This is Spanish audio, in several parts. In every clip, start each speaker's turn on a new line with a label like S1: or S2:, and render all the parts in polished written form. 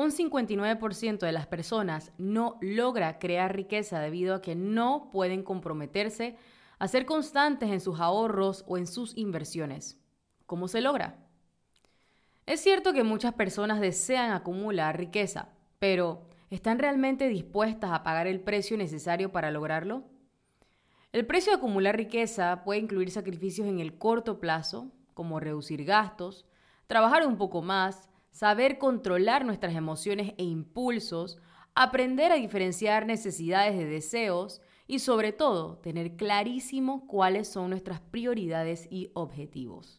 S1: Un 59% de las personas no logra crear riqueza debido a que no pueden comprometerse a ser constantes en sus ahorros o en sus inversiones. ¿Cómo se logra? Es cierto que muchas personas desean acumular riqueza, pero ¿están realmente dispuestas a pagar el precio necesario para lograrlo? El precio de acumular riqueza puede incluir sacrificios en el corto plazo, como reducir gastos, trabajar un poco más, saber controlar nuestras emociones e impulsos, aprender a diferenciar necesidades de deseos y sobre todo tener clarísimo cuáles son nuestras prioridades y objetivos.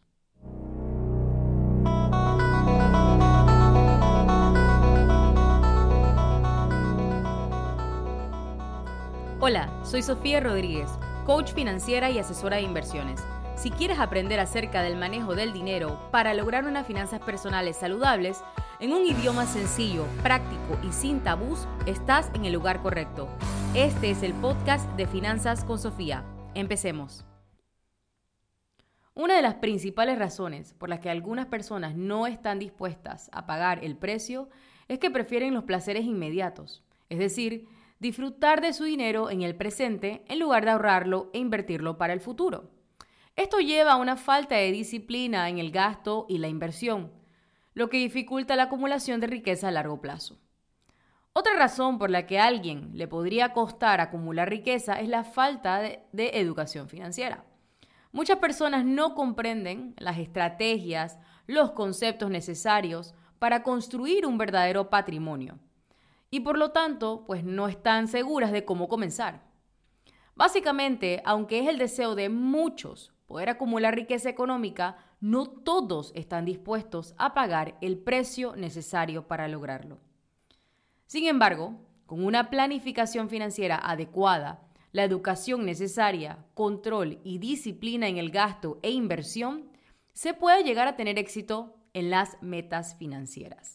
S1: Hola, soy Sofía Rodríguez, coach financiera y asesora de inversiones. Si quieres aprender acerca del manejo del dinero para lograr unas finanzas personales saludables, en un idioma sencillo, práctico y sin tabús, estás en el lugar correcto. Este es el podcast de Finanzas con Sofía. Empecemos. Una de las principales razones por las que algunas personas no están dispuestas a pagar el precio es que prefieren los placeres inmediatos, es decir, disfrutar de su dinero en el presente en lugar de ahorrarlo e invertirlo para el futuro. Esto lleva a una falta de disciplina en el gasto y la inversión, lo que dificulta la acumulación de riqueza a largo plazo. Otra razón por la que a alguien le podría costar acumular riqueza es la falta de educación financiera. Muchas personas no comprenden las estrategias, los conceptos necesarios para construir un verdadero patrimonio y por lo tanto, pues no están seguras de cómo comenzar. Básicamente, aunque es el deseo de muchos poder acumular riqueza económica, no todos están dispuestos a pagar el precio necesario para lograrlo. Sin embargo, con una planificación financiera adecuada, la educación necesaria, control y disciplina en el gasto e inversión, se puede llegar a tener éxito en las metas financieras.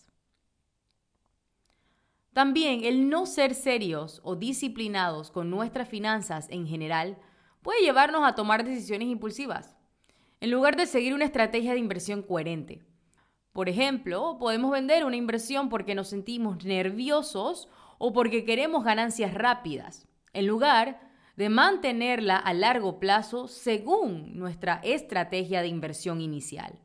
S1: También el no ser serios o disciplinados con nuestras finanzas en general puede llevarnos a tomar decisiones impulsivas, en lugar de seguir una estrategia de inversión coherente. Por ejemplo, podemos vender una inversión porque nos sentimos nerviosos o porque queremos ganancias rápidas, en lugar de mantenerla a largo plazo según nuestra estrategia de inversión inicial.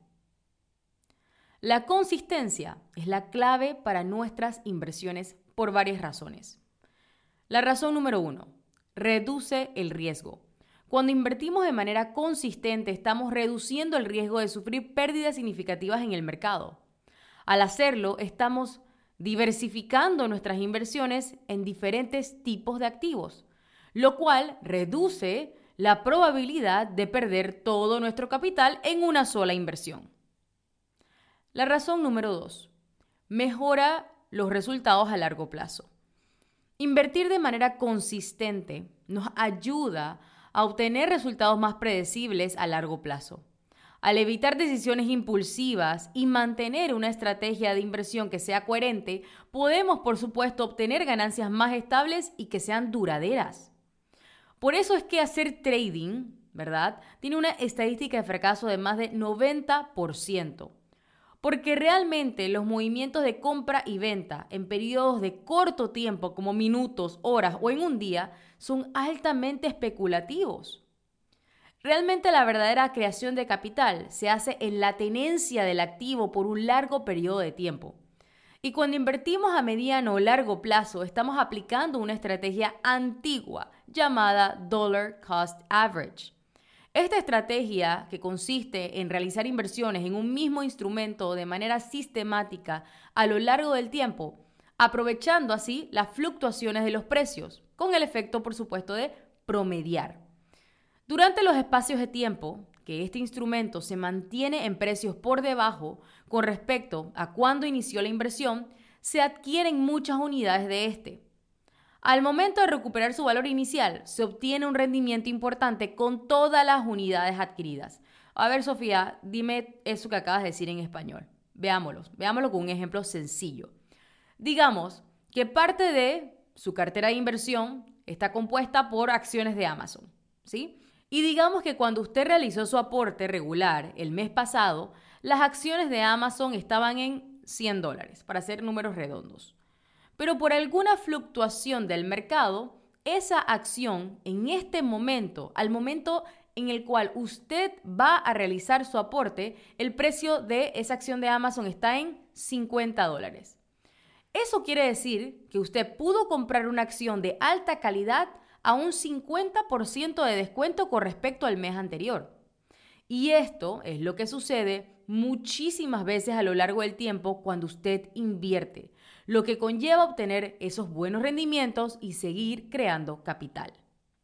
S1: La consistencia es la clave para nuestras inversiones por varias razones. La razón número 1, reduce el riesgo. Cuando invertimos de manera consistente, estamos reduciendo el riesgo de sufrir pérdidas significativas en el mercado. Al hacerlo, estamos diversificando nuestras inversiones en diferentes tipos de activos, lo cual reduce la probabilidad de perder todo nuestro capital en una sola inversión. La razón número 2, mejora los resultados a largo plazo. Invertir de manera consistente nos ayuda a obtener resultados más predecibles a largo plazo. Al evitar decisiones impulsivas y mantener una estrategia de inversión que sea coherente, podemos, por supuesto, obtener ganancias más estables y que sean duraderas. Por eso es que hacer trading, ¿verdad?, tiene una estadística de fracaso de más de 90%. Porque realmente los movimientos de compra y venta en periodos de corto tiempo, como minutos, horas o en un día, son altamente especulativos. Realmente la verdadera creación de capital se hace en la tenencia del activo por un largo periodo de tiempo. Y cuando invertimos a mediano o largo plazo, estamos aplicando una estrategia antigua llamada Dollar Cost Average. Esta estrategia, que consiste en realizar inversiones en un mismo instrumento de manera sistemática a lo largo del tiempo, aprovechando así las fluctuaciones de los precios, con el efecto, por supuesto, de promediar. Durante los espacios de tiempo que este instrumento se mantiene en precios por debajo con respecto a cuando inició la inversión, se adquieren muchas unidades de este. Al momento de recuperar su valor inicial, se obtiene un rendimiento importante con todas las unidades adquiridas. A ver, Sofía, dime eso que acabas de decir en español. Veámoslo con un ejemplo sencillo. Digamos que parte de su cartera de inversión está compuesta por acciones de Amazon, ¿sí? Y digamos que cuando usted realizó su aporte regular el mes pasado, las acciones de Amazon estaban en $100, para hacer números redondos. Pero por alguna fluctuación del mercado, esa acción en este momento, al momento en el cual usted va a realizar su aporte, el precio de esa acción de Amazon está en $50. Eso quiere decir que usted pudo comprar una acción de alta calidad a un 50% de descuento con respecto al mes anterior. Y esto es lo que sucede muchísimas veces a lo largo del tiempo cuando usted invierte, lo que conlleva obtener esos buenos rendimientos y seguir creando capital.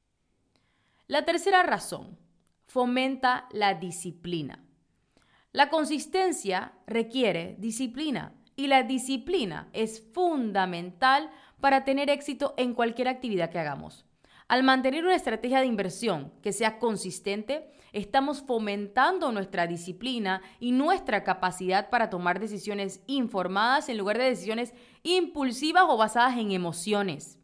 S1: La tercera razón, fomenta la disciplina. La consistencia requiere disciplina y la disciplina es fundamental para tener éxito en cualquier actividad que hagamos. Al mantener una estrategia de inversión que sea consistente, estamos fomentando nuestra disciplina y nuestra capacidad para tomar decisiones informadas en lugar de decisiones impulsivas o basadas en emociones.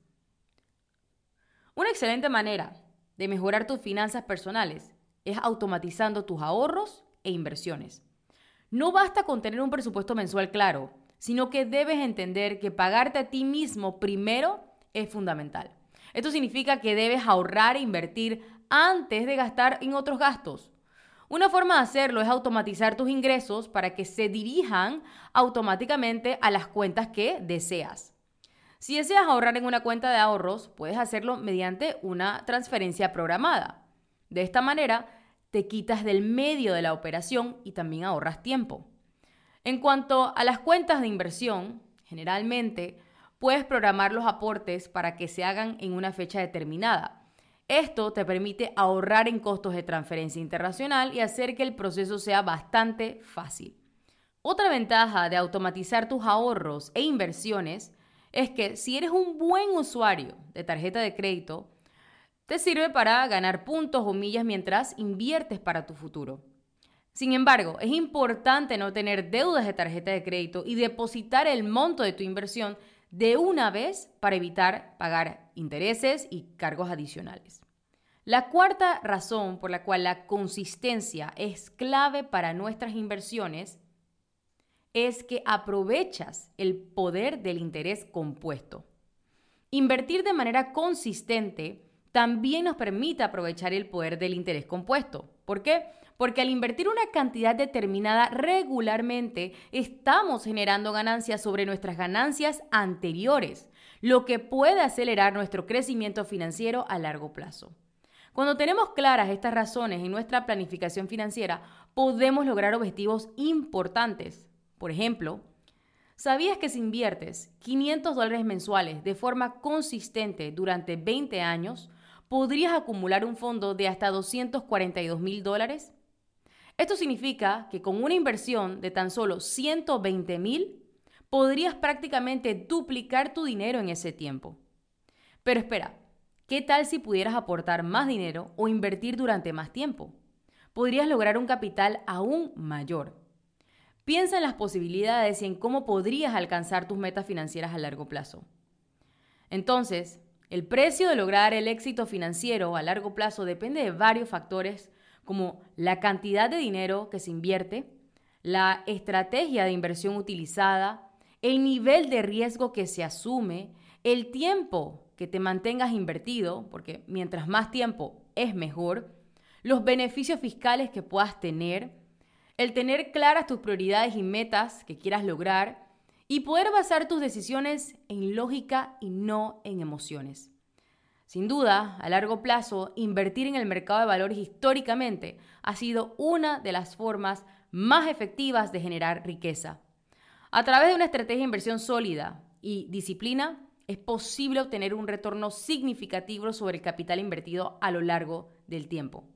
S1: Una excelente manera de mejorar tus finanzas personales es automatizando tus ahorros e inversiones. No basta con tener un presupuesto mensual claro, sino que debes entender que pagarte a ti mismo primero es fundamental. Esto significa que debes ahorrar e invertir antes de gastar en otros gastos. Una forma de hacerlo es automatizar tus ingresos para que se dirijan automáticamente a las cuentas que deseas. Si deseas ahorrar en una cuenta de ahorros, puedes hacerlo mediante una transferencia programada. De esta manera, te quitas del medio de la operación y también ahorras tiempo. En cuanto a las cuentas de inversión, generalmente puedes programar los aportes para que se hagan en una fecha determinada. Esto te permite ahorrar en costos de transferencia internacional y hacer que el proceso sea bastante fácil. Otra ventaja de automatizar tus ahorros e inversiones es que si eres un buen usuario de tarjeta de crédito, te sirve para ganar puntos o millas mientras inviertes para tu futuro. Sin embargo, es importante no tener deudas de tarjeta de crédito y depositar el monto de tu inversión de una vez para evitar pagar intereses y cargos adicionales. La cuarta razón por la cual la consistencia es clave para nuestras inversiones es que aprovechas el poder del interés compuesto. Invertir de manera consistente también nos permite aprovechar el poder del interés compuesto. ¿Por qué? Porque al invertir una cantidad determinada regularmente, estamos generando ganancias sobre nuestras ganancias anteriores, lo que puede acelerar nuestro crecimiento financiero a largo plazo. Cuando tenemos claras estas razones en nuestra planificación financiera, podemos lograr objetivos importantes. Por ejemplo, ¿sabías que si inviertes $500 mensuales de forma consistente durante 20 años, podrías acumular un fondo de hasta $242,000? Esto significa que con una inversión de tan solo $120,000, podrías prácticamente duplicar tu dinero en ese tiempo. Pero espera, ¿qué tal si pudieras aportar más dinero o invertir durante más tiempo? Podrías lograr un capital aún mayor. Piensa en las posibilidades y en cómo podrías alcanzar tus metas financieras a largo plazo. Entonces, el precio de lograr el éxito financiero a largo plazo depende de varios factores como la cantidad de dinero que se invierte, la estrategia de inversión utilizada, el nivel de riesgo que se asume, el tiempo que te mantengas invertido, porque mientras más tiempo es mejor, los beneficios fiscales que puedas tener, el tener claras tus prioridades y metas que quieras lograr y poder basar tus decisiones en lógica y no en emociones. Sin duda, a largo plazo, invertir en el mercado de valores históricamente ha sido una de las formas más efectivas de generar riqueza. A través de una estrategia de inversión sólida y disciplina, es posible obtener un retorno significativo sobre el capital invertido a lo largo del tiempo.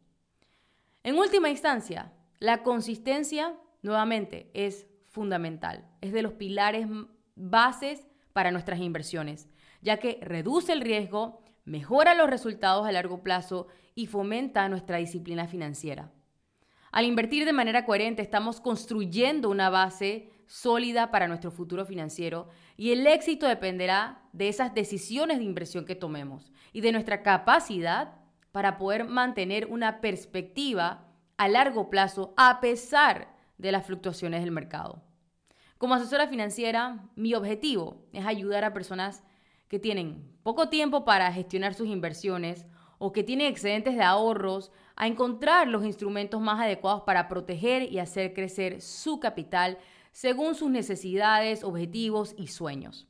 S1: En última instancia, la consistencia, nuevamente, es fundamental. Es de los pilares bases para nuestras inversiones, ya que reduce el riesgo, mejora los resultados a largo plazo y fomenta nuestra disciplina financiera. Al invertir de manera coherente, estamos construyendo una base sólida para nuestro futuro financiero y el éxito dependerá de esas decisiones de inversión que tomemos y de nuestra capacidad para poder mantener una perspectiva a largo plazo a pesar de las fluctuaciones del mercado. Como asesora financiera, mi objetivo es ayudar a personas que tienen poco tiempo para gestionar sus inversiones o que tienen excedentes de ahorros a encontrar los instrumentos más adecuados para proteger y hacer crecer su capital según sus necesidades, objetivos y sueños.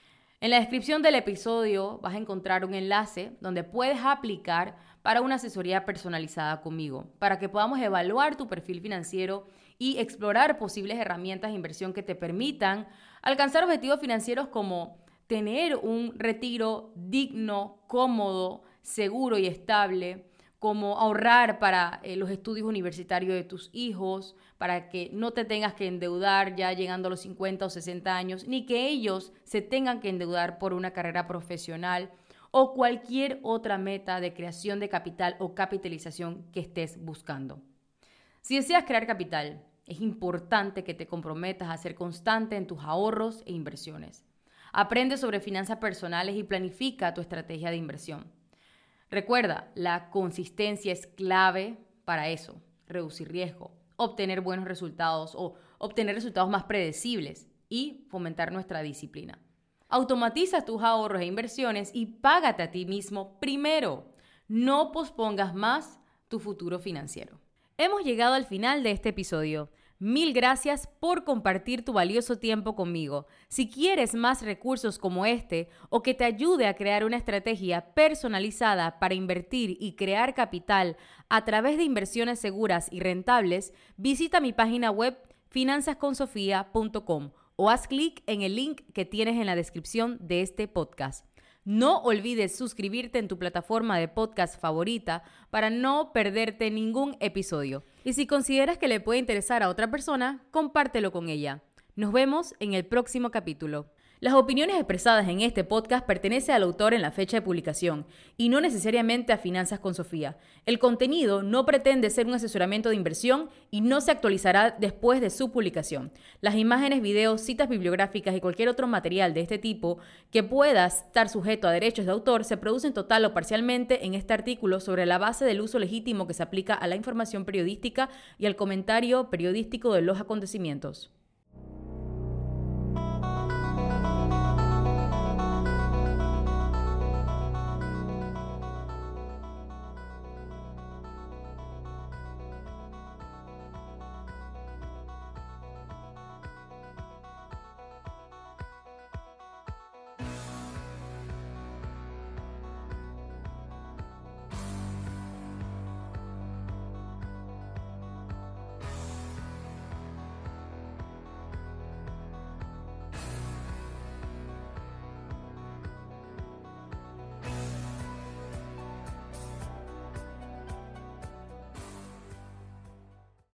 S1: En la descripción del episodio vas a encontrar un enlace donde puedes aplicar para una asesoría personalizada conmigo, para que podamos evaluar tu perfil financiero y explorar posibles herramientas de inversión que te permitan alcanzar objetivos financieros como tener un retiro digno, cómodo, seguro y estable, como ahorrar para los estudios universitarios de tus hijos, para que no te tengas que endeudar ya llegando a los 50 o 60 años, ni que ellos se tengan que endeudar por una carrera profesional o cualquier otra meta de creación de capital o capitalización que estés buscando. Si deseas crear capital, es importante que te comprometas a ser constante en tus ahorros e inversiones. Aprende sobre finanzas personales y planifica tu estrategia de inversión. Recuerda, la consistencia es clave para eso, reducir riesgo, obtener buenos resultados o obtener resultados más predecibles y fomentar nuestra disciplina. Automatiza tus ahorros e inversiones y págate a ti mismo primero. No pospongas más tu futuro financiero. Hemos llegado al final de este episodio. Mil gracias por compartir tu valioso tiempo conmigo. Si quieres más recursos como este o que te ayude a crear una estrategia personalizada para invertir y crear capital a través de inversiones seguras y rentables, visita mi página web finanzasconsofia.com o haz clic en el link que tienes en la descripción de este podcast. No olvides suscribirte en tu plataforma de podcast favorita para no perderte ningún episodio. Y si consideras que le puede interesar a otra persona, compártelo con ella. Nos vemos en el próximo capítulo. Las opiniones expresadas en este podcast pertenecen al autor en la fecha de publicación y no necesariamente a Finanzas con Sofía. El contenido no pretende ser un asesoramiento de inversión y no se actualizará después de su publicación. Las imágenes, videos, citas bibliográficas y cualquier otro material de este tipo que pueda estar sujeto a derechos de autor se producen total o parcialmente en este artículo sobre la base del uso legítimo que se aplica a la información periodística y al comentario periodístico de los acontecimientos.